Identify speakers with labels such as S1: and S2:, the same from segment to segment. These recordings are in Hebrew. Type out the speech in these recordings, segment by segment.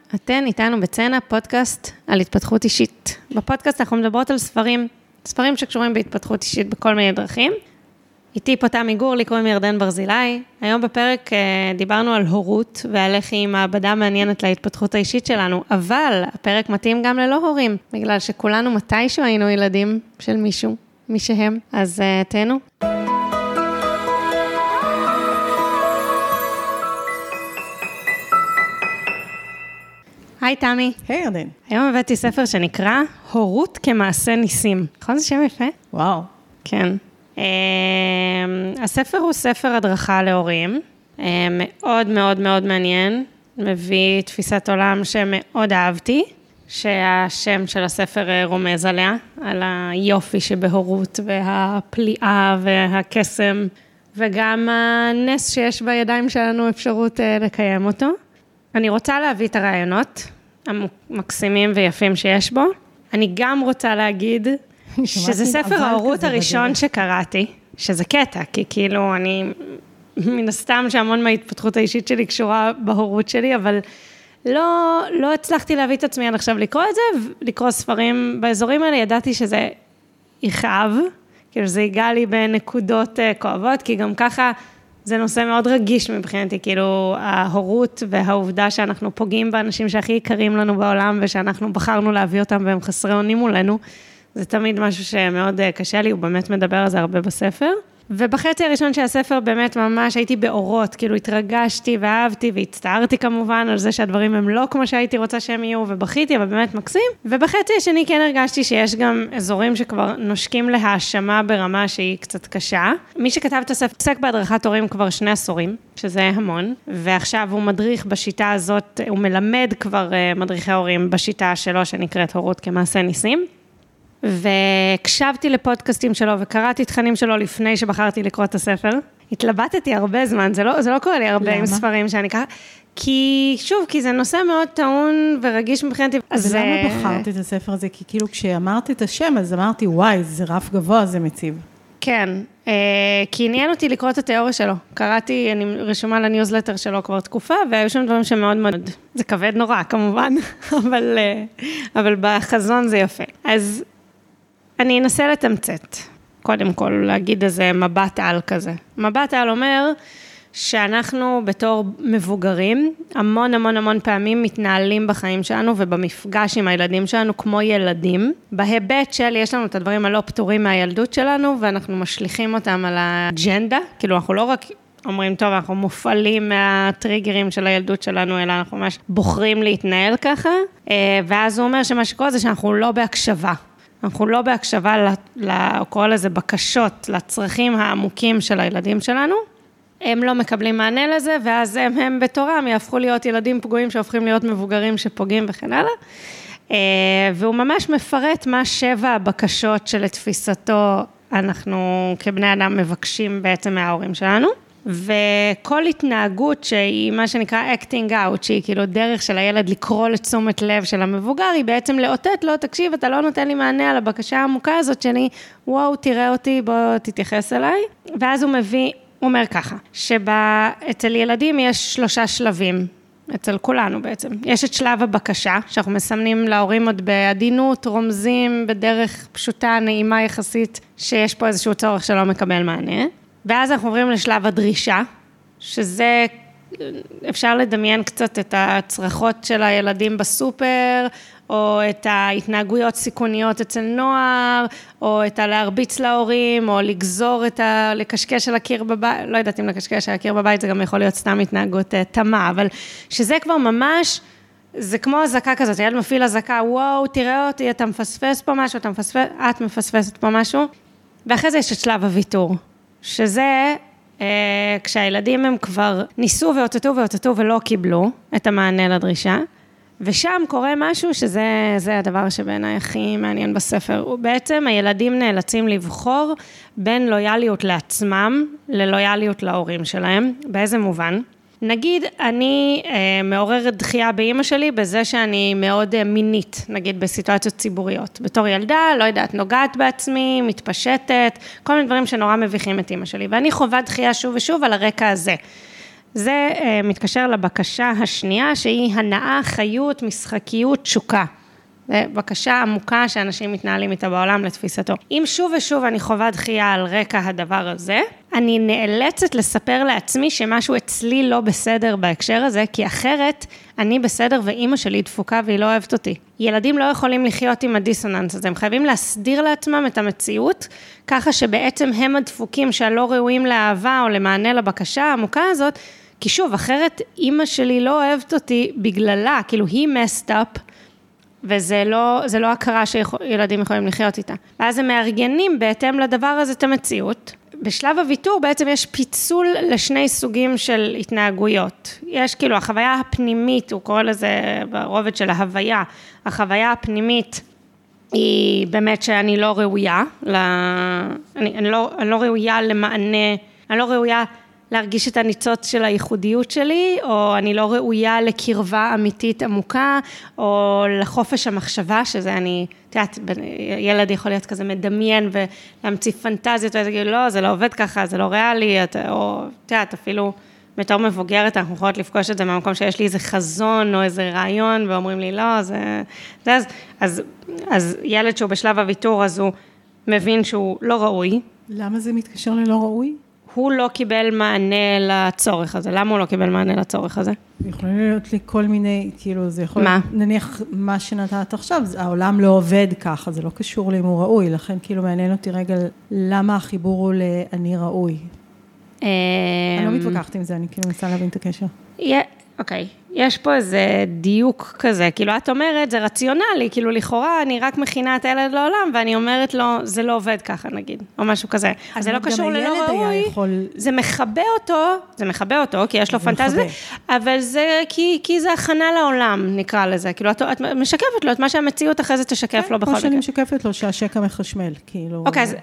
S1: אתן איתנו בצנה, פודקאסט על התפתחות אישית. בפודקאסט אנחנו מדברות על ספרים שקשורים בהתפתחות אישית בכל מיני דרכים. איתי פה תמי גור, לי קוראים ירדן ברזילי. היום בפרק דיברנו על הורות ועל איך היא מעבדה מעניינת להתפתחות האישית שלנו, אבל הפרק מתאים גם ללא הורים, בגלל שכולנו מתישהו היינו ילדים של מישהו, מי שהם. אז תהנו. היי תמי.
S2: היי ירדן.
S1: היום הבאתי ספר שנקרא הורות כמעשה ניסים. נכון זה שם יפה?
S2: וואו.
S1: כן. הספר הוא ספר הדרכה להורים, מאוד מאוד מאוד מעניין, מביא תפיסת עולם שמאוד אהבתי, שהשם של הספר רומז עליה, על היופי שבהורות והפליאה והקסם, וגם הנס שיש בידיים שלנו אפשרות לקיים אותו. אני רוצה להביא את הרעיונות המקסימים ויפים שיש בו. אני גם רוצה להגיד שזה ספר ההורות הראשון שקראתי, שזה קטע, כי כאילו אני, מן הסתם שהמון מההתפתחות האישית שלי קשורה בהורות שלי, אבל לא הצלחתי להביא את עצמי עד עכשיו לקרוא את זה, לקרוא ספרים באזורים האלה, ידעתי שזה יכאב, כאילו זה הגע לי בנקודות כואבות, כי גם ככה זה נושא מאוד רגיש מבחינתי, כאילו ההורות והעובדה שאנחנו פוגעים באנשים שהכי יקרים לנו בעולם, ושאנחנו בחרנו להביא אותם והם חסרי אונים מולנו, זה תמיד משהו שמאוד קשה לי, הוא באמת מדבר על זה הרבה בספר. ובחצי הראשון של הספר באמת ממש הייתי באורות, כאילו התרגשתי ואהבתי והצטערתי כמובן על זה שהדברים הם לא כמו שהייתי רוצה שהם יהיו, ובכיתי, אבל באמת מקסים. ובחצי השני כן הרגשתי שיש גם אזורים שכבר נושקים להאשמה ברמה שהיא קצת קשה. מי שכתב את הספר עוסק בהדרכת הורים כבר 2 עשורים, שזה המון, ועכשיו הוא מדריך בשיטה הזאת, הוא מלמד כבר מדריכי הורים בשיטה שלו שנקראת הורות כמעשה ניסים. והקשבתי לפודקאסטים שלו וקראתי תכנים שלו לפני שבחרתי לקרוא את הספר. התלבטתי הרבה זמן, זה לא קורה לי הרבה עם ספרים שאני ככה, כי שוב, כי זה נושא מאוד טעון ורגיש מבחינתי.
S2: אז למה בחרתי את הספר הזה? כי כאילו כשאמרתי את השם, אז אמרתי, וואי, זה רף גבוה, זה מציב.
S1: כן, כי עניין אותי לקרוא את התיאוריה שלו. קראתי, אני רשומה לניוזלטר שלו כבר תקופה, והיו שם דברים שמאוד מאוד, זה כבד נורא כמובן, אבל בחזון זה יפה. אז אני אנסה לתמצת, קודם כל להגיד איזה מבט על כזה. מבט על אומר שאנחנו בתור מבוגרים, המון פעמים מתנהלים בחיים שלנו ובמפגש עם הילדים שלנו כמו ילדים. בהיבט של יש לנו את הדברים הלא פתורים מהילדות שלנו, ואנחנו משליכים אותם על האג'נדה, כאילו אנחנו לא רק אומרים, טוב, אנחנו מופעלים מהטריגרים של הילדות שלנו, אלא אנחנו ממש בוחרים להתנהל ככה, ואז הוא אומר שמה שקורה זה שאנחנו לא בהקשבה. אנחנו לא בהקשבה, קורא לזה בקשות, לצרכים העמוקים של הילדים שלנו, הם לא מקבלים מענה לזה, ואז הם בתורם יהפכו להיות ילדים פגועים שהופכים להיות מבוגרים שפוגעים וכן הלאה, והוא ממש מפרט מה 7 הבקשות שלתפיסתו אנחנו כבני אדם מבקשים בעצם מההורים שלנו, וכל התנהגות שהיא מה שנקרא acting out, שהיא כאילו דרך של הילד לקרוא לתשומת לב של המבוגר, היא בעצם לאותת לו, תקשיב, אתה לא נותן לי מענה על הבקשה העמוקה הזאת שלי, וואו, תראה אותי, בוא תתייחס אליי. ואז הוא אומר ככה, שאצל ילדים יש 3 שלבים, אצל כולנו בעצם. יש את שלב הבקשה, שאנחנו מסמנים להורים עוד בעדינות, רומזים בדרך פשוטה, נעימה יחסית, שיש פה איזשהו צורך שלא מקבל מענה. ואז אנחנו עוברים לשלב הדרישה, שזה, אפשר לדמיין קצת את הצרכות של הילדים בסופר, או את ההתנהגויות סיכוניות אצל נוער, או את הלהרביץ להורים, או לגזור לקשקש על הקיר בבית, לא יודעת אם לקשקש על הקיר בבית, זה גם יכול להיות סתם התנהגות תמה, אבל שזה כבר ממש, זה כמו הזקה כזאת, הילד מפעיל הזקה, וואו, תראה אותי, אתה מפספס פה משהו, את מפספסת פה משהו, ואחרי זה יש את שלב הוויתור. שזה, כשהילדים הם כבר ניסו ואותתו ולא קיבלו את המענה לדרישה, ושם קורה משהו שזה הדבר שבעיניי הכי מעניין בספר. בעצם הילדים נאלצים לבחור בין לויאליות לעצמם ללויאליות להורים שלהם. באיזה מובן? נגיד, אני מעוררת דחייה באמא שלי בזה שאני מאוד מינית, נגיד בסיטואציות ציבוריות. בתור ילדה, לא יודעת, נוגעת בעצמי, מתפשטת, כל מיני דברים שנורא מביכים את אמא שלי. ואני חווה דחייה שוב ושוב על הרקע הזה. זה מתקשר לבקשה השנייה, שהיא הנאה, חיות, משחקיות, תשוקה. זה בקשה עמוקה שאנשים מתנהלים איתה בעולם לתפיסתו. אם שוב ושוב אני חווה דחייה על רקע הדבר הזה, אני נאלצת לספר לעצמי שמשהו אצלי לא בסדר בהקשר הזה, כי אחרת אני בסדר ואימא שלי דפוקה והיא לא אוהבת אותי. ילדים לא יכולים לחיות עם הדיסוננס הזה, הם חייבים להסדיר לעצמם את המציאות, ככה שבעצם הם הדפוקים שלא ראויים לאהבה או למענה לבקשה העמוקה הזאת, כי שוב, אחרת אימא שלי לא אוהבת אותי בגללה, כאילו היא messed up, וזה לא הכרה שילדים יכולים לחיות איתה. ואז הם מארגנים בהתאם לדבר הזה את המציאות. בשלב הוויתור בעצם יש פיצול לשני סוגים של התנהגויות. יש כאילו החוויה הפנימית, הוא קורא לזה ברובד של ההוויה, החוויה הפנימית היא באמת שאני לא ראויה, אני לא ראויה למענה, אני לא ראויה להרגיש את הניצוץ של הייחודיות שלי, או אני לא ראויה לקרבה אמיתית עמוקה, או לחופש המחשבה, שזה אני, תיאת, ילד יכול להיות כזה מדמיין, ולהמציא פנטזיות, וזה כאילו, לא, זה לא עובד ככה, זה לא ריאלי, או תיאת, אפילו בתור מבוגרת, אנחנו יכולות לפגוש את זה מהמקום שיש לי איזה חזון, או איזה רעיון, ואומרים לי, לא, אז ילד שהוא בשלב הוויתור, אז הוא מבין שהוא לא ראוי.
S2: למה זה מתקשר ללא ראוי?
S1: הוא לא קיבל מענה לצורך הזה. למה הוא לא קיבל מענה לצורך הזה?
S2: יכולים להיות לי כל מיני, כאילו, זה יכול להיות, נניח מה שנתת עכשיו, העולם לא עובד ככה, זה לא קשור לאם הוא ראוי, לכן כאילו מעניין אותי רגע, למה החיבור הוא ל"אני ראוי"? אני לא מתווכחת עם זה, אני כאילו מנסה להבין את הקשר.
S1: אוקיי, יש פה איזה דיוק כזה, כאילו את אומרת, זה רציונלי, כאילו לכאורה אני רק מכינה את הילד לעולם, ואני אומרת לו, זה לא עובד ככה נגיד, או משהו כזה. אז זה לא קשור ללא ראוי, זה מכבה אותו, כי יש לו פנטזיה, אבל זה, כי זה הכנה לעולם, נקרא לזה, כאילו את משקפת לו את מה שהמציאות אחרי זה תשקף לו בכל
S2: כמו שאני משקפת לו שהשקע מחשמל, כאילו.
S1: אוקיי, אז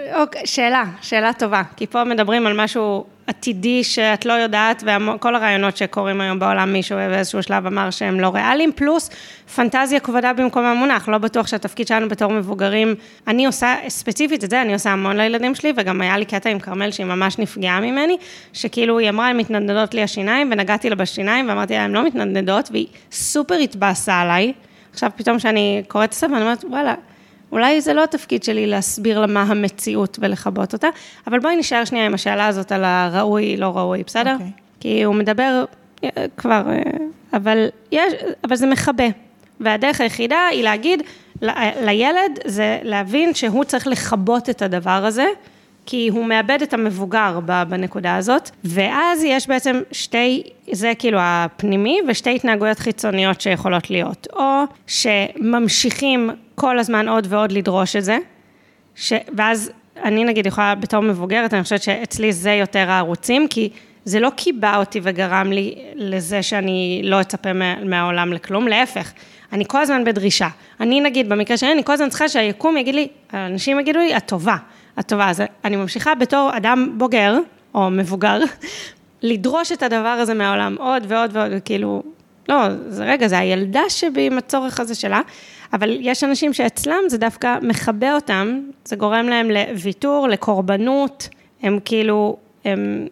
S1: שאלה טובה, כי פה מדברים על משהו עתידי שאת לא יודעת, וכל הרעיונות שקורים היום בעולם, מישהו באיזשהו שלב אמר שהם לא ריאליים, פלוס פנטזיה כבודה במקום המונח, לא בטוח שהתפקיד שלנו בתור מבוגרים, אני עושה ספציפית את זה, אני עושה המון לילדים שלי, וגם היה לי קטע עם קרמל שהיא ממש נפגעה ממני, שכאילו היא אמרה, הן מתנדנדות לי השיניים, ונגעתי לה בשיניים, ואמרתי לה, הן לא מתנדנדות, והיא סופר התבאסה עליי, עכשיו פתאום שאני קוראת את זה, ואני אומרת, וואלה, אולי זה לא התפקיד שלי להסביר לה מה המציאות ולחבות אותה, אבל בואי נשאר שנייה עם השאלה הזאת על הראוי, לא ראוי, בסדר? Okay. כי הוא מדבר כבר, אבל זה מחבא. והדרך היחידה היא להגיד לילד, זה להבין שהוא צריך לחבות את הדבר הזה, כי הוא מאבד את המבוגר בנקודה הזאת, ואז יש בעצם זה כאילו הפנימי, ושתי התנהגויות חיצוניות שיכולות להיות, או שממשיכים כל הזמן עוד ועוד לדרוש את זה, ואז אני נגיד יכולה בתור מבוגרת, אני חושבת שאצלי זה יותר הערוצים, כי זה לא קיבע אותי וגרם לי לזה שאני לא אצפה מהעולם לכלום, להפך, אני כל הזמן בדרישה. אני נגיד במקרה שלי, אני כל הזמן צריכה שהיקום יגיד לי, האנשים יגידו לי, הטובה, אז אני ממשיכה בתור אדם בוגר, או מבוגר, לדרוש את הדבר הזה מהעולם, עוד ועוד ועוד, כאילו, לא, זה הילדה שבי עם הצורך הזה שלה, אבל יש אנשים שאצלם זה דווקא מחבא אותם, זה גורם להם לוויתור, לקורבנות, הם כאילו, הם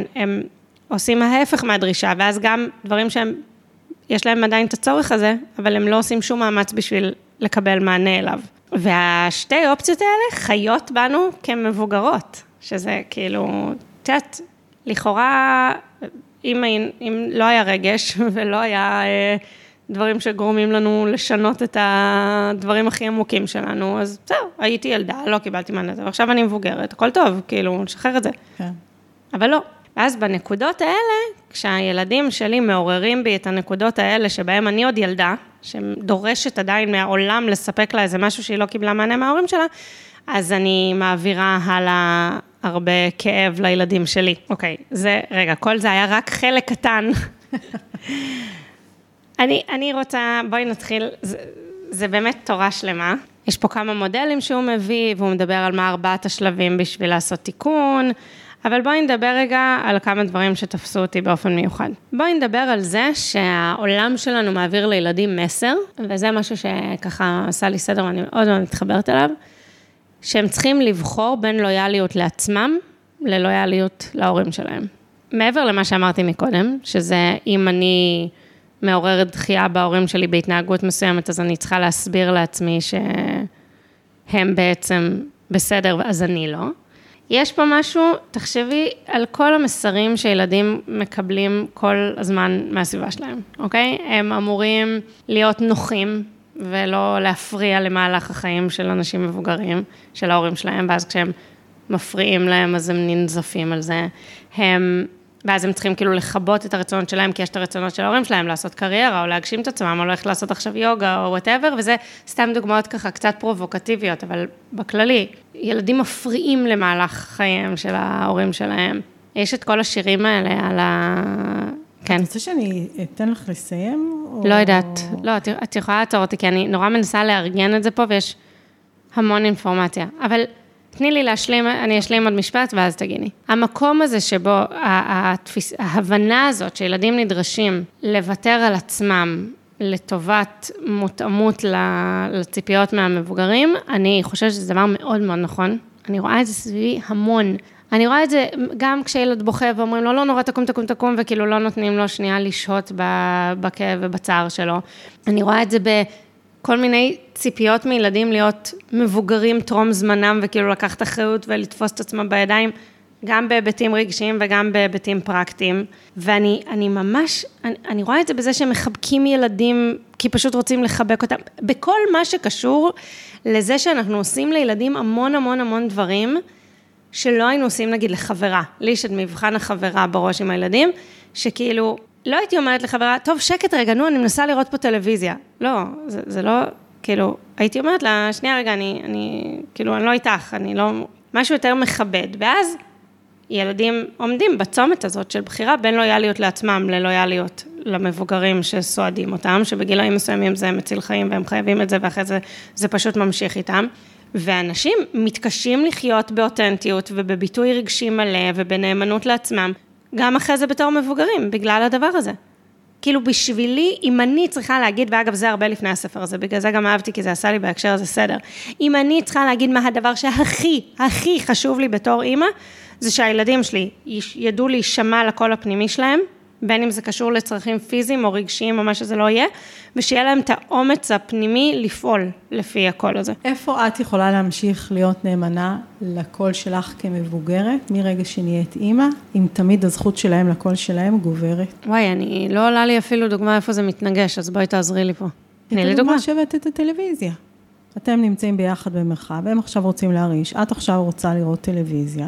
S1: עושים ההפך מהדרישה, ואז גם דברים שהם, יש להם עדיין את הצורך הזה, אבל הם לא עושים שום מאמץ בשביל לקבל מענה אליו. והשתי אופציות האלה חיות בנו כמבוגרות, שזה כאילו, תת, לכאורה, אם לא היה רגש, ולא היה דברים שגורמים לנו לשנות את הדברים הכי עמוקים שלנו, אז זהו, הייתי ילדה, לא קיבלתי מענה לזה, ועכשיו אני מבוגרת, הכל טוב, כאילו, נשחרר את זה. כן. אבל לא. ואז בנקודות האלה, כשהילדים שלי מעוררים בי את הנקודות האלה, שבהם אני עוד ילדה, שדורשת עדיין מהעולם לספק לה איזה משהו שהיא לא קיבלה מענה מההורים שלה, אז אני מעבירה הלאה הרבה כאב לילדים שלי. אוקיי, רגע, כל זה היה רק חלק קטן. אני רוצה, בואי נתחיל, זה באמת תורה שלמה. יש פה כמה מודלים שהוא מביא, והוא מדבר על מה 4 השלבים בשביל לעשות תיקון, אבל בואי נדבר רגע על כמה דברים שתפסו אותי באופן מיוחד. בואי נדבר על זה שהעולם שלנו מעביר לילדים מסר, וזה משהו שככה עשה לי סדר, ואני מאוד מאוד מתחברת אליו, שהם צריכים לבחור בין לויאליות לעצמם, ללויאליות להורים שלהם. מעבר למה שאמרתי מקודם, שזה אם אני מעוררת דחייה בהורים שלי בהתנהגות מסוימת, אז אני צריכה להסביר לעצמי שהם בעצם בסדר, אז אני לא. יש פה משהו, תחשבי על כל המסרים שילדים מקבלים כל הזמן מהסביבה שלהם, אוקיי? הם אמורים להיות נוחים, ולא להפריע למהלך החיים של אנשים מבוגרים, של ההורים שלהם, ואז כשהם מפריעים להם, אז הם ננזפים על זה. ואז הם צריכים כאילו לחבות את הרצונות שלהם, כי יש את הרצונות של ההורים שלהם, לעשות קריירה, או להגשים את עצמם, או ללכת לעשות עכשיו יוגה, או whatever, וזה סתם דוגמאות ככה קצת פרובוקטיביות, אבל בכללי, ילדים מפריעים למהלך חייהם של ההורים שלהם. יש את כל השירים האלה על כן.
S2: את רוצה שאני אתן לך לסיים?
S1: לא יודעת. לא, את יכולה לעצור אותי, כי אני נורא מנסה לארגן את זה פה, ויש המון אינפורמציה. אבל תני לי להשלים, אני אשלים עוד משפט, ואז תגידי. המקום הזה שבו, ההבנה הזאת שילדים נדרשים לוותר על עצמם, לטובת מותאמות לציפיות מהמבוגרים, אני חושבת שזה דבר מאוד מאוד נכון. אני רואה את זה סביבי המון. אני רואה את זה גם כשילד בוכה ואומרים לו, לא נורא, תקום, וכאילו לא נותנים לו שנייה לשהות בכאב ובצער שלו. אני רואה את זה בכל מיני ציפיות מילדים להיות מבוגרים טרום זמנם, וכאילו לקחת אחריות ולתפוס את עצמם בידיים, גם בהיבטים רגשיים וגם בהיבטים פרקטיים. ואני ממש, אני רואה את זה בזה שהם מחבקים ילדים, כי פשוט רוצים לחבק אותם. בכל מה שקשור לזה שאנחנו עושים לילדים המון המון המון דברים, שלא היינו עושים נגיד לחברה, לי יש את מבחן החברה בראש עם הילדים, שכאילו, לא הייתי אומרת לחברה, טוב שקט רגע, נו, אני מנסה לראות פה טלוויזיה. לא, זה לא, כאילו, הייתי אומרת לה, שנייה רגע, כאילו, אני לא איתך, אני לא, משהו יותר מכבד. ואז ילדים עומדים בצומת הזאת של בחירה בין לויאליות לעצמם, ללויאליות למבוגרים שסועדים אותם, שבגילאים מסוימים זה מציל חיים והם חייבים את זה, ואחרי זה פשוט ממשיך איתם. ואנשים מתקשים לחיות באותנטיות ובביטוי רגשי מלא ובנאמנות לעצמם, גם אחרי זה בתור מבוגרים, בגלל הדבר הזה. כאילו בשבילי, אם אני צריכה להגיד, ואגב זה הרבה לפני הספר הזה, בגלל זה גם אהבתי, כי זה עשה לי בהקשר הזה סדר, אם אני צריכה להגיד מה הדבר הכי חשוב לי בתור אימא, זה שהילדים שלי ידעו להישמע לקול הפנימי שלהם, בין אם זה קשור לצרכים פיזיים או רגשיים או מה שזה לא יהיה, ושיהיה להם את האומץ הפנימי לפעול לפי הקול הזה.
S2: איפה את יכולה להמשיך להיות נאמנה לקול שלך כמבוגרת, מרגע שנהיית אימא, אם תמיד הזכות שלהם לקול שלהם גוברת?
S1: וואי, אני לא עולה לי אפילו דוגמה איפה זה מתנגש, אז בואי תעזרי לי פה. תני לי דוגמה.
S2: שווה את הטלוויזיה. אתם נמצאים ביחד במרחב, הם עכשיו רוצים להריש, את עכשיו רוצה לראות טלוויזיה.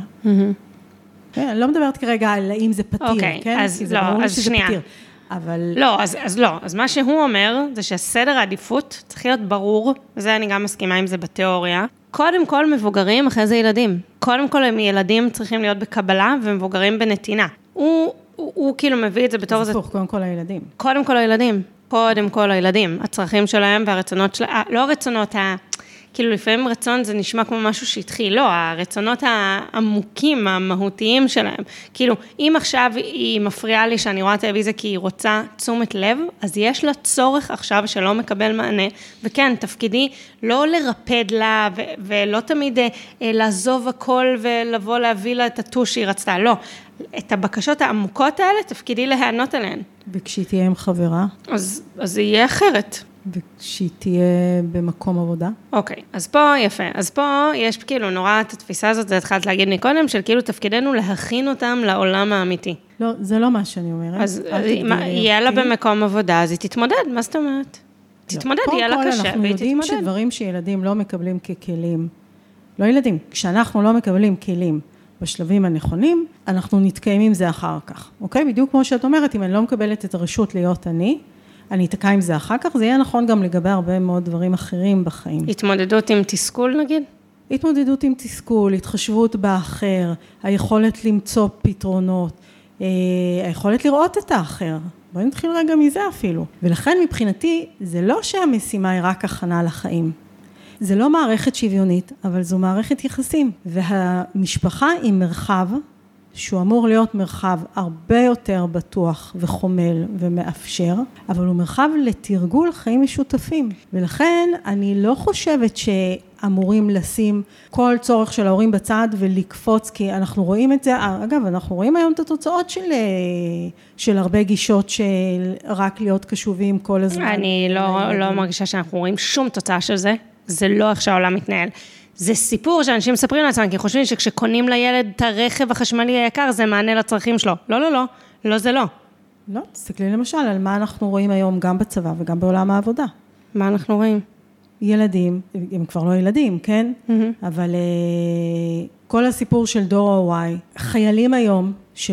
S2: אני לא מדברת כרגע על אם זה פתיר, כן?
S1: אז לא, אז שנייה.
S2: אבל...
S1: לא, אז לא. אז מה שהוא אומר, זה שהסדר העדיפות צריך להיות ברור, וזה אני גם מסכימה עם זה בתיאוריה. קודם כל מבוגרים, אחרי זה ילדים. קודם כל הם ילדים צריכים להיות בקבלה, ומבוגרים בנתינה. הוא כאילו מביא את זה בתור...
S2: זה פוך, קודם כל הילדים.
S1: קודם כל הילדים. קודם כל הילדים. הצרכים שלהם והרצונות שלהם, לא הרצונות כאילו לפעמים רצון זה נשמע כמו משהו שהתחיל, לא, הרצונות העמוקים, המהותיים שלהם. כאילו, אם עכשיו היא מפריעה לי שאני רואה טלוויזיה כי היא רוצה תשומת לב, אז יש לה צורך עכשיו שלא מקבל מענה, וכן, תפקידי לא לרפד לה, ולא תמיד לעזוב הכל ולבוא להביא לה את הטוש שהיא רצתה, לא. את הבקשות העמוקות האלה, תפקידי להיענות עליהן.
S2: וכשהיא תהיה עם חברה?
S1: אז זה יהיה אחרת.
S2: וכשהיא תהיה במקום עבודה?
S1: אוקיי, אז פה יפה. אז פה יש כאילו נורא את התפיסה הזאת, זה התחלת להגיד מקודם, של כאילו תפקידנו להכין אותם לעולם האמיתי.
S2: לא, זה לא מה שאני אומרת.
S1: אז יהיה לה במקום עבודה, אז היא תתמודד, מה זאת אומרת? תתמודד, יהיה לה קשה, והיא תתמודד.
S2: אנחנו יודעים שדברים שילדים לא מקבלים ככלים, לא ילדים, כשאנחנו לא מקבלים כלים בשלבים הנכונים, אנחנו נתקיים עם זה אחר כך, אוקיי? בדיוק כמו שאת אומרת, אם אני לא מקבלת את הרשות להיות אני אתקע עם זה אחר כך, זה יהיה נכון גם לגבי הרבה מאוד דברים אחרים בחיים.
S1: התמודדות עם תסכול נגיד?
S2: התמודדות עם תסכול, התחשבות באחר, היכולת למצוא פתרונות, היכולת לראות את האחר. בואי נתחיל רגע מזה אפילו. ולכן מבחינתי, זה לא שהמשימה היא רק הכנה לחיים. זה לא מערכת שוויונית, אבל זו מערכת יחסים. והמשפחה היא מרחב, שהוא אמור להיות מרחב הרבה יותר בטוח וחומל ומאפשר, אבל הוא מרחב לתרגול חיים משותפים. ולכן אני לא חושבת אמורים לשים כל צורך של ההורים בצד ולקפוץ, כי אנחנו רואים את זה, אגב, אנחנו רואים היום את התוצאות של הרבה גישות של רק להיות קשובים כל הזמן.
S1: אני לא מרגישה שאנחנו רואים שום תוצאה של זה, זה לא איך שהעולם מתנהל. זה סיפור שאנשים מספרים לעצמם, כי חושבים שכשקונים לילד את הרכב החשמלי היקר, זה מענה לצרכים שלו. לא, זה לא.
S2: לא, תסתכלי למשל על מה אנחנו רואים היום גם בצבא וגם בעולם העבודה.
S1: מה אנחנו רואים?
S2: ילדים, הם כבר לא ילדים, כן? אבל כל הסיפור של דור ה-Y, חיילים היום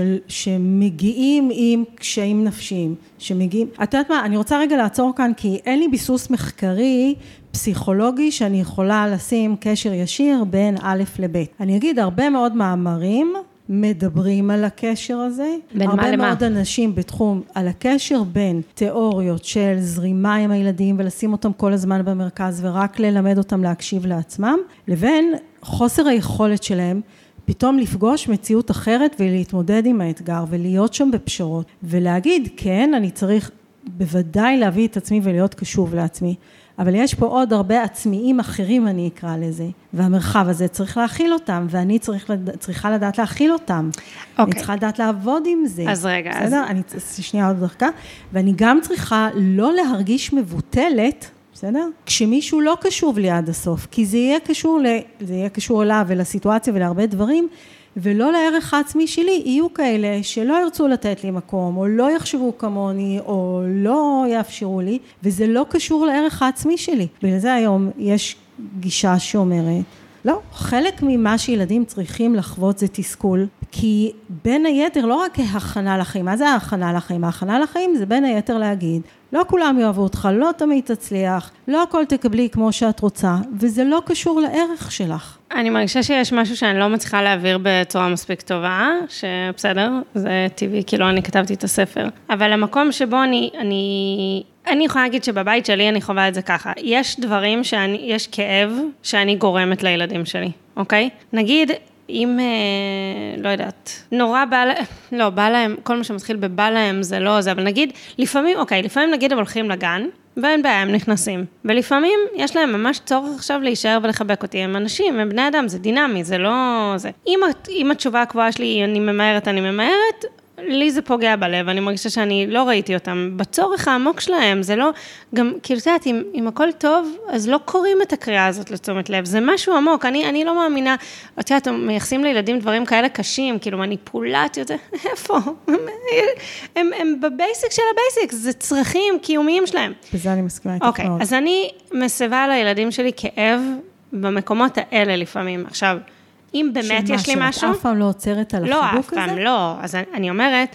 S2: שמגיעים עם קשיים נפשיים, שמגיעים, את יודעת מה, אני רוצה רגע לעצור כאן, כי אין לי ביסוס מחקרי, פסיכולוגי, שאני יכולה לשים קשר ישיר בין א' לב'. אני אגיד, הרבה מאוד מאמרים מדברים על הקשר הזה. הרבה מאוד אנשים בתחום, על הקשר בין תיאוריות של זרימה עם הילדים, ולשים אותם כל הזמן במרכז, ורק ללמד אותם להקשיב לעצמם, לבין חוסר היכולת שלהם, פתאום לפגוש מציאות אחרת, ולהתמודד עם האתגר, ולהיות שם בפשרות, ולהגיד, כן, אני צריך בוודאי להביא את עצמי, ולהיות קשוב לעצמי. אבל יש פה עוד הרבה עצמיים אחרים, אני אקרא לזה, והמרחב הזה צריך להכיל אותם, ואני צריכה לדעת להכיל אותם. אני צריכה לדעת לעבוד עם זה.
S1: אז רגע.
S2: בסדר? אני שנייה עוד דרכה, ואני גם צריכה לא להרגיש מבוטלת, בסדר? כשמישהו לא קשוב לי עד הסוף, כי זה יהיה קשור אליו ולסיטואציה ולהרבה דברים, ולא לערך העצמי שלי, יהיו כאלה שלא ירצו לתת לי מקום, או לא יחשבו כמוני, או לא יאפשרו לי, וזה לא קשור לערך העצמי שלי. בגלל זה היום יש גישה שאומרת, לא, חלק ממה שילדים צריכים לחוות זה תסכול, כי בין היתר, לא רק ההכנה לחיים, מה זה ההכנה לחיים? ההכנה לחיים זה בין היתר להגיד, לא כולם יאהבו אותך, לא תמיד תצליח, לא הכל תקבלי כמו שאת רוצה, וזה לא קשור לערך שלך.
S1: אני מרגישה שיש משהו שאני לא מצליחה להעביר בצורה מספיק טובה, שבסדר, זה טבעי, כאילו אני כתבתי את הספר. אבל המקום שבו אני יכולה להגיד שבבית שלי אני חווה את זה ככה. יש דברים יש כאב שאני גורמת לילדים שלי, אוקיי? נגיד, אם, לא יודעת, נורא בא להם, כל מה שמתחיל בבא להם זה לא זה, אבל נגיד, לפעמים נגיד הם הולכים לגן, ואין בעיה, הם נכנסים. ולפעמים יש להם ממש צורך עכשיו להישאר ולחבק אותי. הם אנשים, הם בני אדם, זה דינמי, זה לא זה. אם התשובה הקבועה שלי היא אני ממהרת, לי זה פוגע בלב, אני מרגישה שאני לא ראיתי אותם. בצורך העמוק שלהם, זה לא, גם, כאילו, תדעת, אם הכל טוב, אז לא קוראים את הקריאה הזאת לתשומת לב. זה משהו עמוק, אני לא מאמינה, את יודעת, מייחסים לילדים דברים כאלה קשים, כאילו, מניפולציות, איפה? הם בבייסיק של הבייסיק, זה צרכים קיומיים שלהם.
S2: בזה אני מסכימה איתך מאוד.
S1: אוקיי, אז אני מסבה לילדים שלי כאב במקומות האלה לפעמים. עכשיו, אם באמת יש לי משהו...
S2: שאת אף פעם לא עוצרת על החיבוק הזה?
S1: לא, אף פעם לא. אז אני אומרת,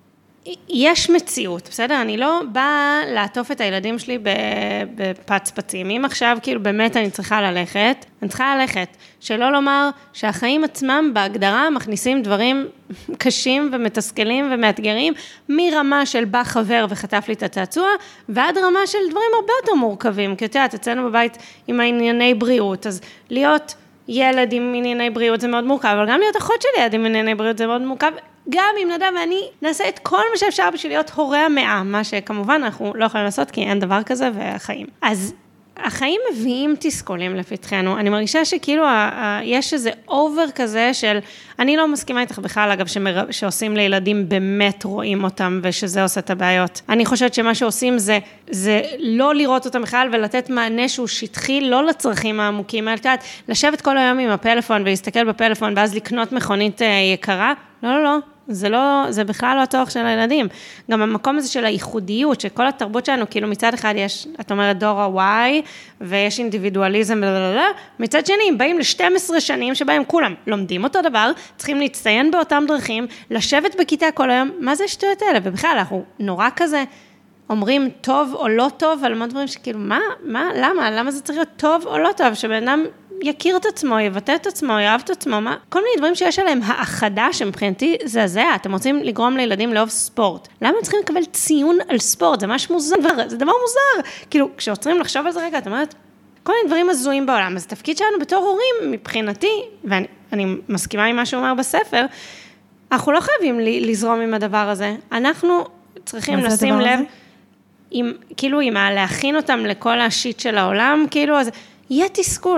S1: יש מציאות, בסדר? אני לא באה לעטוף את הילדים שלי בפצפצים. אם עכשיו, כאילו, באמת אני צריכה ללכת, שלא לומר שהחיים עצמם בהגדרה מכניסים דברים קשים ומתסכלים ומאתגרים, מרמה של בא חבר וחטף לי את הצעצוע, ועד רמה של דברים הרבה יותר מורכבים. כי אתה יודעת, אצלנו בבית עם הענייני בריאות, אז להיות... ילד עם ענייני בריאות זה מאוד מורכב, אבל גם להיות אחות של ילד עם ענייני בריאות זה מאוד מורכב, גם אם נדע ואני נעשה את כל מה שאפשר בשביל להיות הורה המאה, מה שכמובן אנחנו לא יכולים לעשות כי אין דבר כזה והחיים. אז החיים מביאים תסכולים לפתחנו, אני מרגישה שכאילו יש איזה אובר כזה של, אני לא מסכימה איתך בכלל אגב שעושים לילדים באמת רואים אותם ושזה עושה את הבעיות. אני חושבת שמה שעושים זה לא לראות אותם בכלל ולתת מענה שהוא שטחי, לא לצרכים העמוקים, לשבת כל היום עם הפלאפון ולהסתכל בפלאפון ואז לקנות מכונית יקרה, לא. זה בכלל לא התואר של הילדים. גם המקום הזה של הייחודיות, שכל התרבות שלנו, כאילו מצד אחד יש, את אומרת דור ה-Y, ויש אינדיבידואליזם, מצד שני, הם באים ל-12 שנים שבהם כולם לומדים אותו דבר, צריכים להצטיין באותם דרכים, לשבת בכיתה כל היום, מה זה שטויות האלה? ובכלל, אנחנו נורא כזה, אומרים טוב או לא טוב, על מה דברים שכאילו, למה זה צריך להיות טוב או לא טוב, שבן אדם יכיר את עצמו, יבטא את עצמו, יאהב את עצמו, כל מיני דברים שיש עליהם האחדה שמבחינתי זה, אתם רוצים לגרום לילדים לאהוב ספורט. למה הם צריכים לקבל ציון על ספורט? זה משהו מוזר, זה דבר מוזר. כאילו, כשעוצרים לחשוב על זה רגע, את אומרת, כל מיני דברים הזויים בעולם, אז התפקיד שלנו בתור הורים, מבחינתי, ואני מסכימה עם מה שהוא אומר בספר, אנחנו לא חייבים לזרום עם הדבר הזה. אנחנו צריכים לשים לב, כאילו, להכין אותם לכל השיט של העולם, כאילו, אז יהיה תסכול.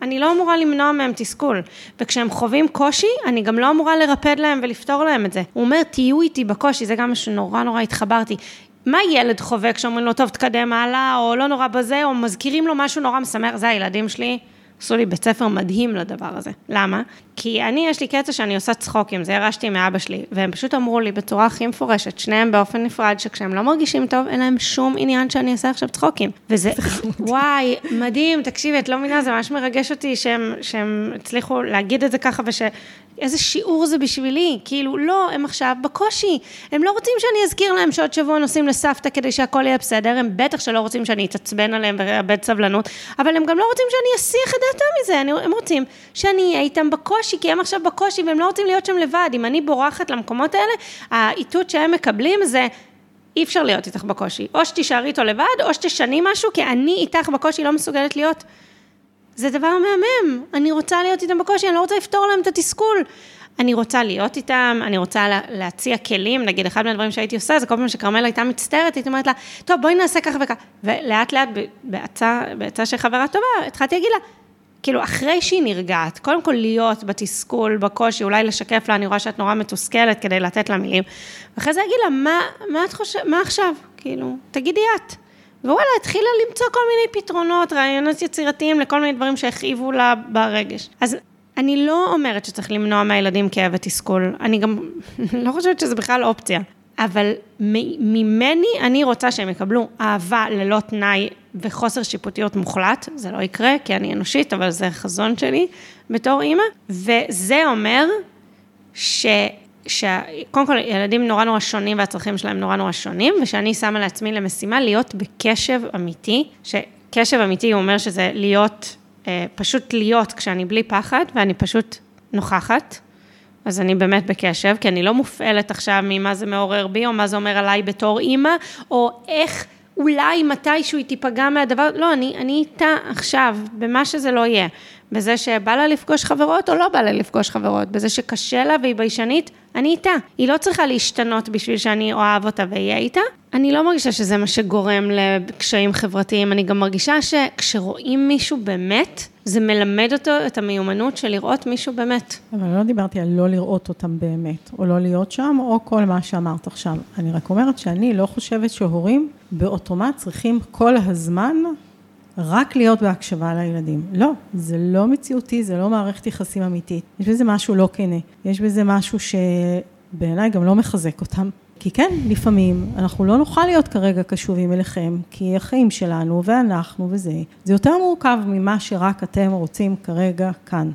S1: אני לא אמורה למנוע מהם תסכול, וכשהם חווים קושי, אני גם לא אמורה לרפד להם ולפתור להם את זה. הוא אומר, תהיו איתי בקושי, זה גם משהו נורא התחברתי. מה ילד חווה כשאומרים לו, טוב, תקדם הלאה, או לא נורא בזה, או מזכירים לו משהו נורא משמח, זה הילדים שלי, עשו לי בית ספר מדהים לדבר הזה. למה? כי יש לי קטע שאני עושה צחוקים, זה הרשתי מאבא שלי, והם פשוט אמרו לי בצורה הכי מפורשת, שניהם באופן נפרד, שכשהם לא מרגישים טוב, אין להם שום עניין שאני אעשה עכשיו צחוקים. וזה, וואי, מדהים, תקשיבי, את לא מבינה, זה ממש מרגש אותי שהם הצליחו להגיד את זה ככה, איזה שיעור זה בשבילי, כאילו לא, הם עכשיו בקושי, הם לא רוצים שאני אזכיר להם שעוד שבוע נוסעים לסבתא כדי שהכל יהיה בסדר, הם בטח שלא רוצים שאני אתעצבן עליהם ואאבד סבלנות, אבל הם גם לא רוצים שאני אסיח את דעתם מזה, הם רוצים שאני אהיה איתם בקושי, כי הם עכשיו בקושי והם לא רוצים להיות שם לבד, אם אני בורחת למקומות האלה, העיתות שהם מקבלים זה, אי אפשר להיות איתך בקושי, או שתישארי איתו לבד, או שתשני משהו, כי אני איתך בקושי לא מסוגלת להיות. זה דבר מהמם, אני רוצה להיות איתם בקושי, אני לא רוצה לפתור להם את התסכול. אני רוצה להיות איתם, אני רוצה להציע כלים, נגיד אחד מהדברים שהייתי עושה, זה כל פעם שקרמל הייתה מצטערת, הייתי אומרת לה, טוב בואי נעשה ככה וככה, ולאט לאט בעצה של חברה טובה, התחלתי להגיד לה, כאילו אחרי שהיא נרגעת, קודם כל להיות בתסכול, בקושי, אולי לשקף לה, אני רואה שאת נורא מתוסכלת כדי לתת לה מילים, ואחרי זה אגיד לה, מה את חושבת, מה עכשיו? כאילו, תגידי את. ווואלה, התחילה למצוא כל מיני פתרונות, רעיונות יצירתיים לכל מיני דברים שהכאיבו לה ברגש. אז אני לא אומרת שצריך למנוע מהילדים כאב ותסכול, אני גם לא חושבת שזה בכלל אופציה, אבל ממני אני רוצה שהם יקבלו אהבה ללא תנאי וחוסר שיפוטיות מוחלט, זה לא יקרה כי אני אנושית, אבל זה חזון שלי בתור אימא, וזה אומר קודם כל, ילדים נורא שונים והצרכים שלהם נורא שונים, ושאני שמה לעצמי למשימה להיות בקשב אמיתי, שקשב אמיתי הוא אומר שזה להיות, פשוט להיות כשאני בלי פחד, ואני פשוט נוכחת, אז אני באמת בקשב, כי אני לא מופעלת עכשיו ממה זה מעורר בי, או מה זה אומר עליי בתור אימא, או איך אולי מתישהו היא תיפגע מהדבר, לא, אני איתה עכשיו, במה שזה לא יהיה, בזה שבא לה לפגוש חברות או לא בא לה לפגוש חברות, בזה שקשה לה והיא ביישנית, אני איתה. היא לא צריכה להשתנות בשביל שאני אוהב אותה ואהיה איתה. אני לא מרגישה שזה מה שגורם לקשיים חברתיים, אני גם מרגישה שכשרואים מישהו באמת, זה מלמד אותו את המיומנות של לראות מישהו באמת.
S2: אבל לא דיברתי על לא לראות אותם באמת, או לא להיות שם, או כל מה שאמרת עכשיו. אני רק אומרת שאני לא חושבת שהורים באוטומט צריכים כל הזמן רק להיות בהקשבה לילדים. לא, זה לא מציאותי, זה לא מערכת יחסים אמיתית. יש בזה משהו לא כנה. יש בזה משהו שבעיניי גם לא מחזק אותם. כי כן, לפעמים אנחנו לא נוכל להיות כרגע קשובים אליכם, כי החיים שלנו ואנחנו וזה, זה יותר מורכב ממה שרק אתם רוצים כרגע כאן.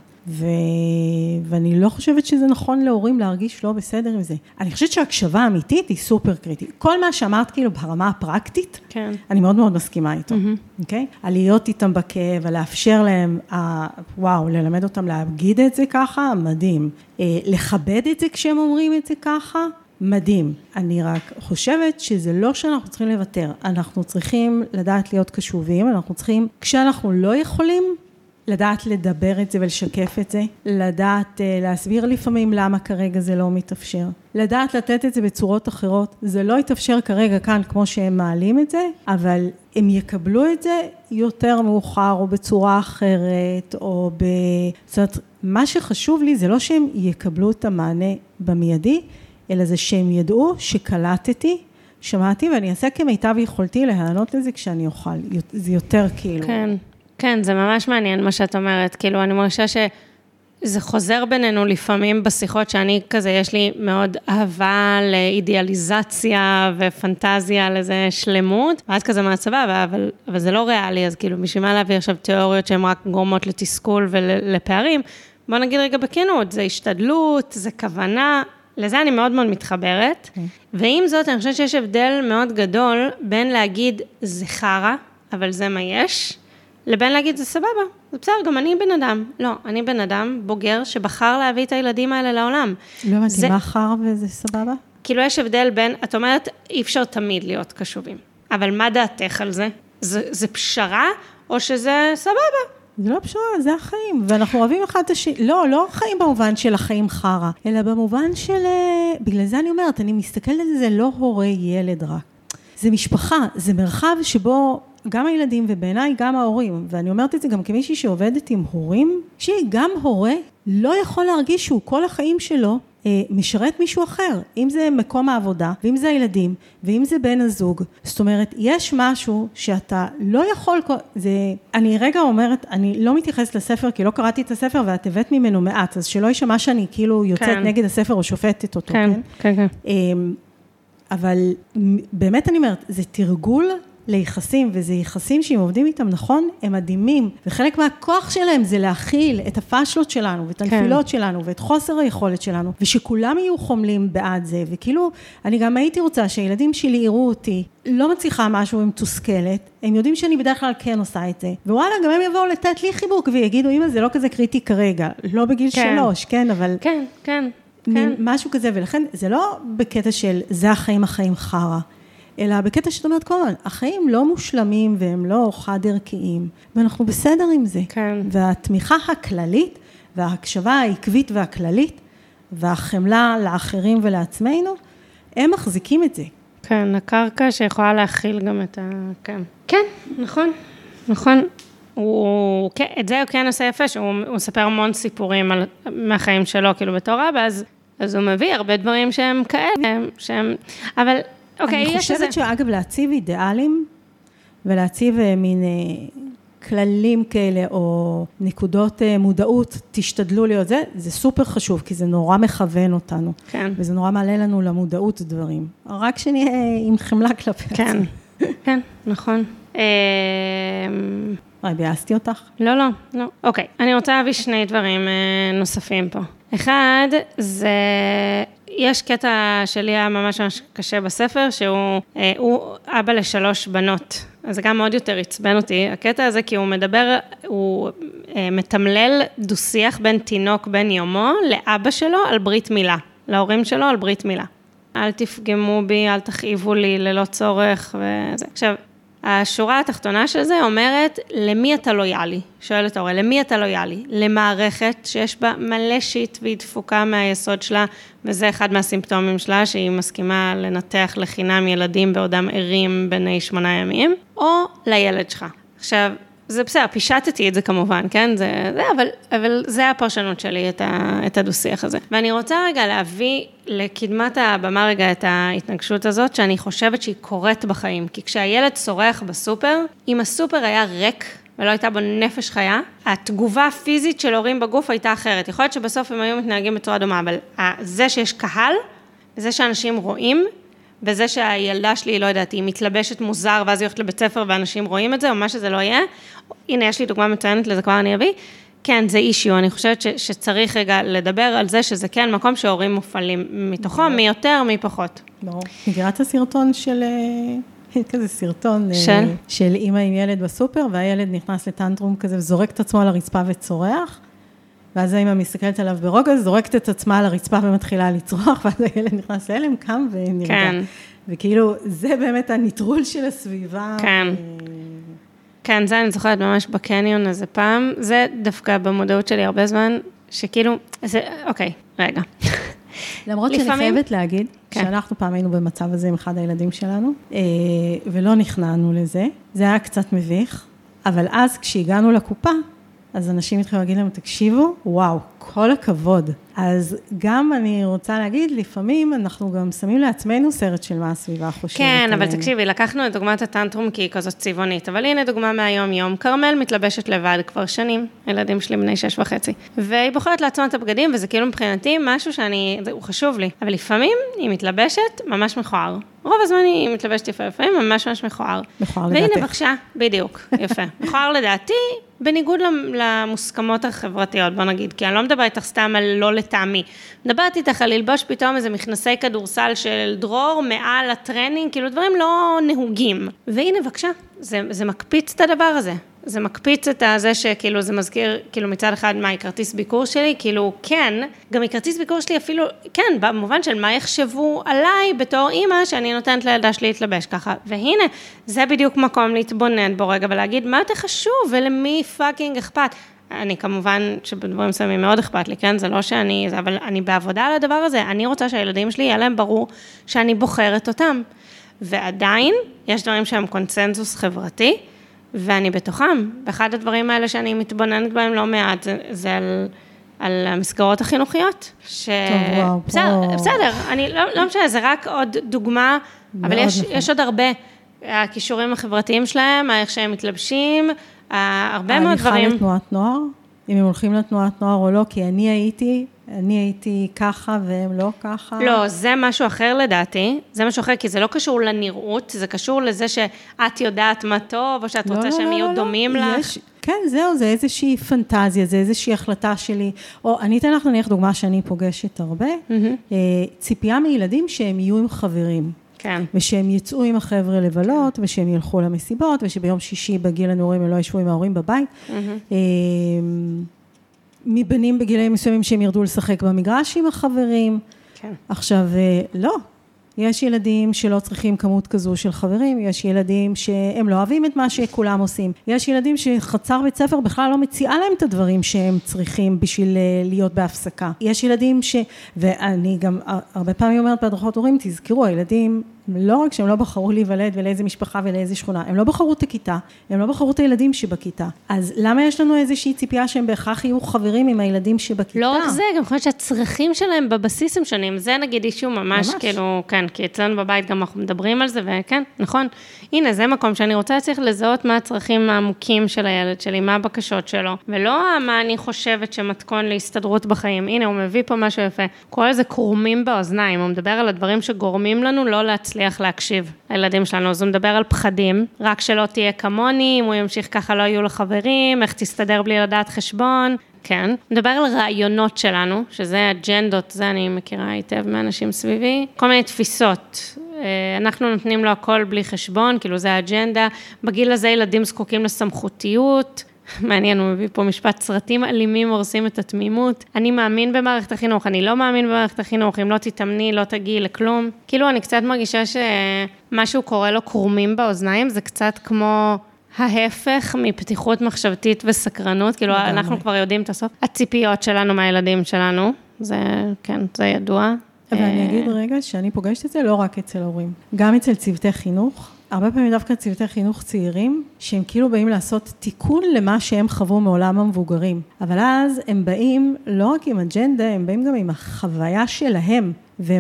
S2: ואני לא חושבת שזה נכון להורים להרגיש לא בסדר עם זה. אני חושבת שהקשבה האמיתית היא סופר קריטית. כל מה שאמרת כאילו ברמה הפרקטית, כן. אני מאוד מאוד מסכימה איתו. אוקיי? על להיות איתם בכאב, על לאפשר להם, וואו, ללמד אותם להגיד את זה ככה, מדהים. לכבד את זה כשהם אומרים את זה ככה, מדהים. אני רק חושבת שזה לא שאנחנו צריכים לוותר. אנחנו צריכים לדעת להיות קשובים, אנחנו צריכים, כשאנחנו לא יכולים, לדעת לדבר את זה ולשקף את זה, לדעת להסביר לפעמים למה כרגע זה לא מתאפשר, לדעת לתת את זה בצורות אחרות, זה לא יתאפשר כרגע כאן כמו שהם מעלים את זה, אבל הם יקבלו את זה יותר מאוחר או בצורה אחרת, או זאת אומרת, מה שחשוב לי זה לא שהם יקבלו את המענה במיידי, אלא זה שהם ידעו שקלטתי, שמעתי ואני אעשה כמיטב יכולתי להענות לזה כשאני אוכל, זה יותר כאילו.
S1: כן. כן, זה ממש מעניין מה שאת אומרת, כאילו אני מרגישה שזה חוזר בינינו לפעמים בשיחות שאני כזה, יש לי מאוד אהבה לאידיאליזציה ופנטזיה לזה שלמות, ואז כזה מהצבא, אבל זה לא ריאלי, אז כאילו בשביל מה להביא עכשיו תיאוריות שהן רק גורמות לתסכול ולפערים, בוא נגיד רגע בכנות, זה השתדלות, זה כוונה, לזה אני מאוד מאוד מתחברת, ועם זאת אני חושבת שיש הבדל מאוד גדול בין להגיד זה חרה, אבל זה מה יש, לבין להגיד, זה סבבה, זה בסדר, גם אני בן אדם. לא, אני בן אדם בוגר שבחר להביא את הילדים האלה לעולם.
S2: לא אמרתי, מה חר וזה סבבה?
S1: כאילו יש הבדל בין, את אומרת, אי אפשר תמיד להיות קשובים. אבל מה דעתך על זה? זה פשרה או שזה סבבה?
S2: זה לא פשרה, זה החיים. ואנחנו אוהבים אחד את השני. לא החיים במובן של החיים חרה, אלא במובן של, בגלל זה אני אומרת, אני מסתכלת על זה לא הורה ילד רק. זה משפחה, זה מרחב שבו, גם הילדים ובעיניי גם ההורים, ואני אומרת את זה גם כמישהי שעובדת עם הורים, שגם הורה לא יכול להרגיש שהוא כל החיים שלו משרת מישהו אחר, אם זה מקום העבודה, ואם זה הילדים, ואם זה בן הזוג. זאת אומרת, יש משהו שאתה לא יכול, אני רגע אומרת, אני לא מתייחסת לספר, כי לא קראתי את הספר, ואת הבאת ממנו מעט, אז שלא יישמע שאני כאילו יוצאת נגד הספר, או שופטת אותו, כן?
S1: כן.
S2: אבל באמת אני אומרת, זה תרגול ליחסים, וזה יחסים שאם עובדים איתם נכון, הם מדהימים, וחלק מהכוח שלהם זה להכיל את הפשלות שלנו, ואת הנפילות שלנו, ואת חוסר היכולת שלנו, ושכולם יהיו חומלים בעד זה, וכאילו, אני גם הייתי רוצה שהילדים שלי יראו אותי, לא מצליחה משהו עם תוסכלת, הם יודעים שאני בדרך כלל כן עושה את זה, ווואלה, גם הם יבואו לתת לי חיבוק, ויגידו, אמא, זה לא כזה קריטי כרגע, לא בגיל 3, כן, אבל...
S1: כן.
S2: משהו כזה, ולכן זה לא בקטע של זה החיים חרא, אלא בקטע שאת אומרת כל הזמן, החיים לא מושלמים והם לא חד ערכיים, ואנחנו בסדר עם זה.
S1: כן.
S2: והתמיכה הכללית, וההקשבה העקבית והכללית, והחמלה לאחרים ולעצמנו, הם מחזיקים את זה.
S1: כן, הקרקע שיכולה להכיל גם את כן. כן, נכון. את זה הוא כן עושה יפה, שהוא מספר המון סיפורים מהחיים שלו, כאילו בתור אבא, אז הוא מביא הרבה דברים שהם כאלה, אבל... אוקיי,
S2: אני חושבת שאגב להציב אידיאלים, ולהציב מין כללים כאלה, או נקודות מודעות, תשתדלו להיות זה סופר חשוב, כי זה נורא מכוון אותנו.
S1: כן.
S2: וזה נורא מעלה לנו למודעות דברים. רק שנהיה עם חמלה כלפי עצמנו.
S1: כן, נכון.
S2: ביאסתי אותך?
S1: לא. אוקיי, אני רוצה להביא שני דברים נוספים פה. אחד, זה... יש קטע שלי היה ממש קשה בספר, שהוא אבא ל3 בנות. אז זה גם עוד יותר עצבן אותי, הקטע הזה, כי הוא מתמלל דו-שיח בין תינוק בן יומו, לאבא שלו על ברית מילה, להורים שלו על ברית מילה. אל תפגמו בי, אל תכאיבו לי, ללא צורך וזה. עכשיו, השורה התחתונה של זה אומרת, למי אתה לויאלי? שואלת ההורה, למי אתה לויאלי? למערכת שיש בה מלא שיט והיא דפוקה מהיסוד שלה, וזה אחד מהסימפטומים שלה, שהיא מסכימה לנתח לחינם ילדים בעודם ערים בני 8 ימים, או לילד שלך. עכשיו, זה בסדר, פישטתי את זה כמובן, כן? אבל זה הפרשנות שלי, את הדו-שיח הזה. ואני רוצה רגע להביא לקדמת הבמה רגע את ההתנגשות הזאת, שאני חושבת שהיא קורית בחיים. כי כשהילד צורח בסופר, אם הסופר היה ריק, ולא הייתה בו נפש חיה, התגובה הפיזית של הורים בגוף הייתה אחרת. יכול להיות שבסוף הם היו מתנהגים בצורה דומה, אבל זה שיש קהל, וזה שאנשים רואים, וזה שהילדה שלי, לא יודעת, היא מתלבשת מוזר, ואז היא הולכת לבית ספר, ואנשים רואים את זה, או מה שזה לא יהיה. הנה, יש לי דוגמה מצוינת לזה, כבר אני אביא. כן, זה אישיו, אני חושבת שצריך רגע לדבר על זה, שזה כן מקום שההורים מופעלים מתוכו, מי יותר, מי פחות.
S2: ברור. מכירה את הסרטון של... כזה סרטון של אמא עם ילד בסופר, והילד נכנס לטנטרום כזה, וזורק את עצמו על הרצפה וצורח, ואז האמא מסתכלת עליו ברוגע, זורקת את עצמה על הרצפה ומתחילה לצרוח, ואז הילד נכנס להלם, קם ונרגע.
S1: כן.
S2: וכאילו, זה באמת הניטרול של הסביבה.
S1: כן. כן, זה אני זוכרת ממש בקניון איזה פעם, זה דווקא במודעות שלי הרבה זמן, שכאילו, אוקיי, רגע.
S2: למרות שאני חייבת להגיד, שאנחנו פעם היינו במצב הזה עם אחד הילדים שלנו, ולא נכנענו לזה, זה היה קצת מביך, אבל אז כשהגענו לקופה, אז אנשים התחילו להגיד להם, תקשיבו, וואו, כל הכבוד. אז גם אני רוצה להגיד, לפעמים אנחנו גם שמים לעצמנו סרט של מה הסביבה חושבת.
S1: כן, אבל תקשיבי, לקחנו את דוגמת הטנטרום כי היא כזאת צבעונית, אבל הנה דוגמה מהיום יום, קרמל מתלבשת לבד כבר שנים, ילדים שלי בני 6.5, והיא בוחרת לעצמה את הבגדים, וזה כאילו מבחינתי משהו הוא חשוב לי, אבל לפעמים היא מתלבשת ממש מכוער. רוב הזמן היא מתלבשת יפה, לפעמים ממש מכוער.
S2: מכוער לדעתך.
S1: והנה בבקשה, בדיוק, יפה. מכוער לדעתי, בניגוד למוסכמות החברתיות, בוא נגיד, כי אני לא מדברת איתך סתם על לא לטעמי. מדברת איתך על ללבוש פתאום איזה מכנסי כדורסל של דרור מעל הטרנינג, כאילו דברים לא נהוגים. והנה בבקשה, זה מקפיץ את הדבר הזה. זה מקפיץ את זה שכאילו זה מזכיר, כאילו מצד אחד מה היא כרטיס ביקור שלי, כאילו כן, גם היא כרטיס ביקור שלי אפילו, כן, במובן של מה יחשבו עליי בתור אימא שאני נותנת לילדה שלי להתלבש ככה, והנה, זה בדיוק מקום להתבונן בו רגע ולהגיד מה יותר חשוב ולמי פאקינג אכפת. אני כמובן שבדברים מסוימים מאוד אכפת לי, כן, זה לא שאני, אבל אני בעבודה על הדבר הזה, אני רוצה שהילדים שלי יהיה להם ברור שאני בוחרת אותם, ועדיין יש דברים שהם קונצנזוס חברתי, ואני בתוכם. ואחד הדברים האלה שאני מתבוננת בהם לא מעט, זה על המסגרות החינוכיות.
S2: טוב, וואו,
S1: בסדר, אני לא משנה, זה רק עוד דוגמה, אבל יש עוד הרבה. הכישורים החברתיים שלהם, איך שהם מתלבשים, הרבה מאוד דברים.
S2: ההליכה לתנועת נוער, אם הם הולכים לתנועת נוער או לא, כי אני הייתי ככה והם לא ככה.
S1: לא, זה משהו אחר לדעתי, זה משהו אחר, כי זה לא קשור לנראות, זה קשור לזה שאת יודעת מה טוב, או שאת רוצה שהם יהיו דומים לך.
S2: כן, זהו, זה איזושהי פנטזיה, זה איזושהי החלטה שלי, או אני אתן לך נניח דוגמה שאני פוגשת הרבה, ציפייה מילדים שהם יהיו עם חברים.
S1: כן.
S2: ושהם יצאו עם החבר'ה לבלות, ושהם ילכו למסיבות, ושביום שישי בגיל הנעורים הם לא ישבו עם ההורים בבית. מבנים בגילאים מסוימים שהם ירדו לשחק במגרש עם החברים.
S1: כן.
S2: עכשיו, לא. יש ילדים שלא צריכים כמות כזו של חברים, יש ילדים שהם לא אוהבים את מה שכולם עושים. יש ילדים שחצר בית ספר בכלל לא מציעה להם את הדברים שהם צריכים בשביל להיות בהפסקה. יש ילדים ואני גם הרבה פעמים אומרת בהדרכות הורים, תזכרו, הילדים לא רק שהם לא בחרו להיוולד ולאיזה משפחה ולאיזה שכונה, הם לא בחרו את הכיתה, הם לא בחרו את הילדים שבכיתה. אז למה יש לנו איזושהי ציפייה שהם בהכרח יהיו חברים עם הילדים שבכיתה?
S1: לא רק זה, גם חושבת שהצרכים שלהם בבסיס הם שונים. זה נגיד אישו ממש כאילו, כן, כי אצלנו בבית גם אנחנו מדברים על זה, וכן, נכון. הנה, זה מקום שאני רוצה להצליח לזהות מה הצרכים העמוקים של הילד שלי, מה הבקשות שלו, ולא מה אני חושבת שמתכון להסתדרות בחיים. הנה, הוא מביא פה משהו יפה. כל זה קורמים באוזניים, הוא מדבר על הדברים שגורמים לנו לא להצליח להקשיב לילדים שלנו. אז הוא מדבר על פחדים, רק שלא תהיה כמוני, אם הוא ימשיך ככה לא יהיו לחברים, איך תסתדר בלי לדעת חשבון. כן, מדבר על רעיונות שלנו, שזה אג'נדות, זה אני מכירה היטב מאנשים סביבי, כל מיני תפיסות. אנחנו נותנים לו הכל בלי חשבון, כאילו זה האג'נדה. בגיל הזה ילדים זקוקים לסמכותיות, מעניין, הוא מביא פה משפט, סרטים אלימים הורסים את התמימות. אני מאמין במערכת החינוך, אני לא מאמין במערכת החינוך, אם לא תתאמני, לא תגיעי לכלום. כאילו אני קצת מרגישה שמשהו קורה לו קורמים באוזניים, זה קצת כמו ההפך מפתיחות מחשבתית וסקרנות, כאילו אנחנו כבר יודעים את הסוף. הציפיות שלנו מהילדים שלנו, זה כן, זה ידוע.
S2: אבל אני אגיד רגע שאני פוגשת את זה לא רק אצל הורים, גם אצל צוותי חינוך, הרבה פעמים דווקא צוותי חינוך צעירים, שהם כאילו באים לעשות תיקון למה שהם חוו מעולם המבוגרים. אבל אז הם באים לא רק עם אג'נדה, הם באים גם עם החוויה שלהם,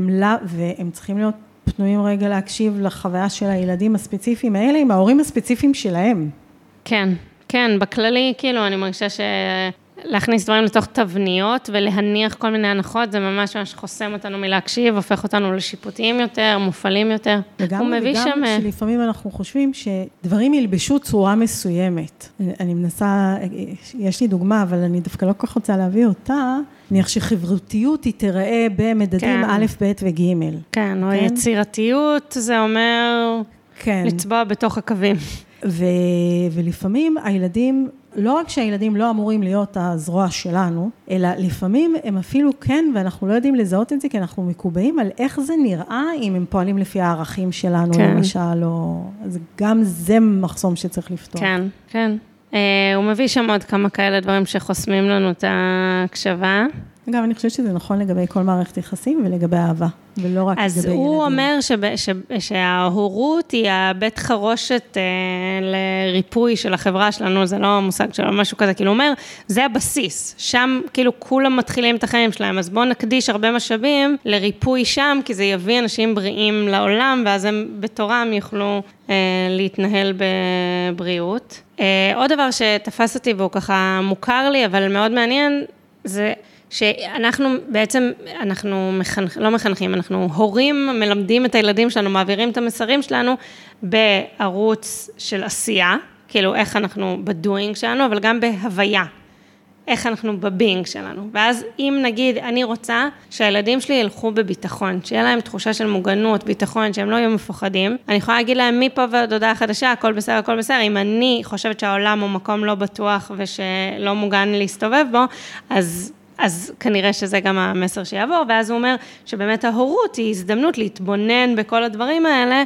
S2: והם צריכים להיות פנויים רגע להקשיב לחוויה של הילדים הספציפיים האלה, עם ההורים הספציפיים שלהם.
S1: כן, כן, בכללי, כאילו, אני מרגישה להכניס דברים לתוך תבניות ולהניח כל מיני הנחות, זה ממש חוסם אותנו מלהקשיב, הופך אותנו לשיפוטיים יותר, מופעלים יותר.
S2: וגם שלפעמים אנחנו חושבים שדברים ילבשו צורה מסוימת. אני מנסה, יש לי דוגמה, אבל אני דווקא לא כל כך רוצה להביא אותה, נניח שחברותיות היא תראה במדדים א', ב' וג'.
S1: כן, או יצירתיות, זה אומר לצבוע בתוך הקווים.
S2: ולפעמים הילדים, לא רק שהילדים לא אמורים להיות הזרוע שלנו, אלא לפעמים הם אפילו כן, ואנחנו לא יודעים לזהות את זה, כי אנחנו מקובעים על איך זה נראה, אם הם פועלים לפי הערכים שלנו, למשל, או... אז גם זה מחסום שצריך לפתור.
S1: כן, כן. הוא מביא שם עוד כמה כאלה דברים שחוסמים לנו את ההקשבה.
S2: אגב, אני חושבת שזה נכון לגבי כל מערכת יחסים ולגבי אהבה, ולא רק לגבי ילדים.
S1: אז הוא אומר שההורות היא הבית חרושת לריפוי של החברה שלנו, זה לא מושג שלו, משהו כזה, כאילו הוא אומר, זה הבסיס, שם כאילו כולם מתחילים את החיים שלהם, אז בואו נקדיש הרבה משאבים לריפוי שם, כי זה יביא אנשים בריאים לעולם, ואז הם בתורם יוכלו להתנהל בבריאות. עוד דבר שתפס אותי והוא ככה מוכר לי, אבל מאוד מעניין, זה שאנחנו בעצם, לא מחנכים, אנחנו הורים, מלמדים את הילדים שלנו, מעבירים את המסרים שלנו בערוץ של עשייה, כאילו איך אנחנו בדואינג שלנו, אבל גם בהוויה, איך אנחנו בבינג שלנו. ואז אם נגיד, אני רוצה שהילדים שלי ילכו בביטחון, שיהיה להם תחושה של מוגנות, ביטחון, שהם לא יהיו מפוחדים, אני יכולה להגיד להם מפה ועד הודעה חדשה, הכל בסדר, הכל בסדר. אם אני חושבת שהעולם הוא מקום לא בטוח ושלא מוגן להסתובב בו, אז כנראה שזה גם המסר שיעבור, ואז הוא אומר שבאמת ההורות היא הזדמנות להתבונן בכל הדברים האלה,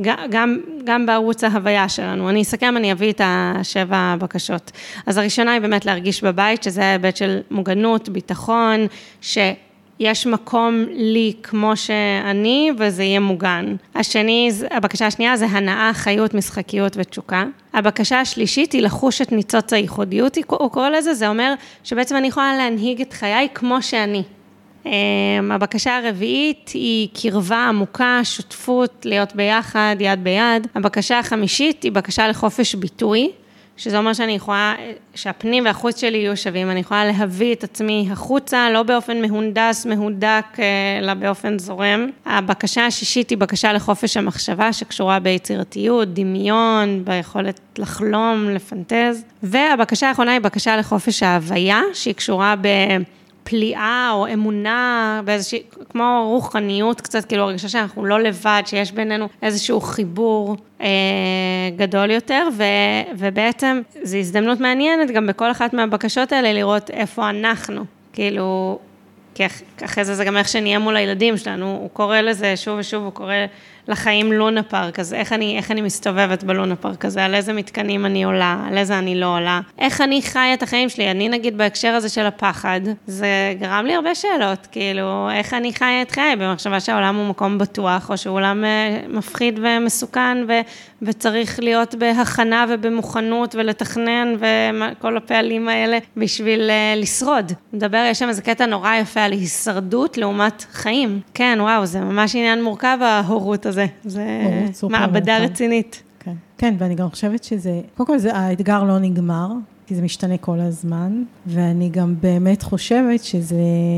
S1: גם בערוץ ההוויה שלנו. אני אסכם, אני אביא את 7 הבקשות. אז הראשונה היא באמת להרגיש בבית, שזה ההיבט של מוגנות, ביטחון, יש מקום לי כמו שאני, וזה יהיה מוגן. הבקשה השנייה זה הנאה, חיות, משחקיות ותשוקה. הבקשה השלישית היא לחוש את ניצוץ הייחודיות, הוא קורא לזה, זה אומר שבעצם אני יכולה להנהיג את חיי כמו שאני. הבקשה הרביעית היא קרבה עמוקה, שותפות, להיות ביחד, יד ביד. הבקשה החמישית היא בקשה לחופש ביטוי, שזה אומר שאני יכולה, שהפנים והחוץ שלי יהיו שווים, אני יכולה להביא את עצמי החוצה, לא באופן מהונדס, מהודק, אלא באופן זורם. הבקשה השישית היא בקשה לחופש המחשבה, שקשורה ביצירתיות, דמיון, ביכולת לחלום, לפנטז. והבקשה האחרונה היא בקשה לחופש ההוויה, שהיא קשורה פליאה או אמונה, באיזושהי, כמו רוחניות קצת, כאילו הרגשה שאנחנו לא לבד, שיש בינינו איזשהו חיבור גדול יותר, ובעצם זו הזדמנות מעניינת גם בכל אחת מהבקשות האלה, לראות איפה אנחנו, כאילו, כי אחרי זה גם איך שנהיה מול הילדים שלנו, הוא קורא לזה שוב ושוב, הוא קורא לחיים לונה פארק, אז איך אני מסתובבת בלונה פארק הזה, על איזה מתקנים אני עולה, על איזה אני לא עולה, איך אני חיה את החיים שלי, אני נגיד בהקשר הזה של הפחד, זה גרם לי הרבה שאלות, כאילו, איך אני חיה את חיי, במחשבה שהעולם הוא מקום בטוח, או שהוא עולם מפחיד ומסוכן, וצריך להיות בהכנה ובמוכנות, ולתכנן, וכל הפעלים האלה, בשביל לשרוד. מדבר, יש שם איזה קטע נורא יפה, על הישרדות לעומת חיים. כן, וואו, זה ממש עניין מורכב, ההורות הזה. זה מעבדה רצינית.
S2: כן. כן, ואני גם חושבת שזה, קודם כל האתגר לא נגמר, כי זה משתנה כל הזמן, ואני גם באמת חושבת שזה,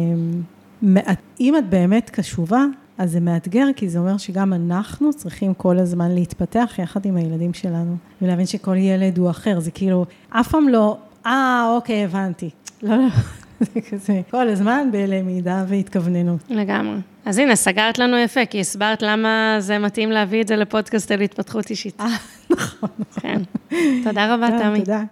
S2: אם את באמת קשובה, אז זה מאתגר, כי זה אומר שגם אנחנו צריכים כל הזמן להתפתח יחד עם הילדים שלנו, ולהבין שכל ילד הוא אחר, זה כאילו, אף פעם לא, אוקיי, הבנתי. לא, זה כזה, כל הזמן בלמידה והתכווננות.
S1: לגמרי. אז הנה, סגרת לנו יפה, כי הסברת למה זה מתאים להביא את זה לפודקאסט על התפתחות אישית.
S2: נכון.
S1: כן. תודה רבה, תמי.
S2: תודה.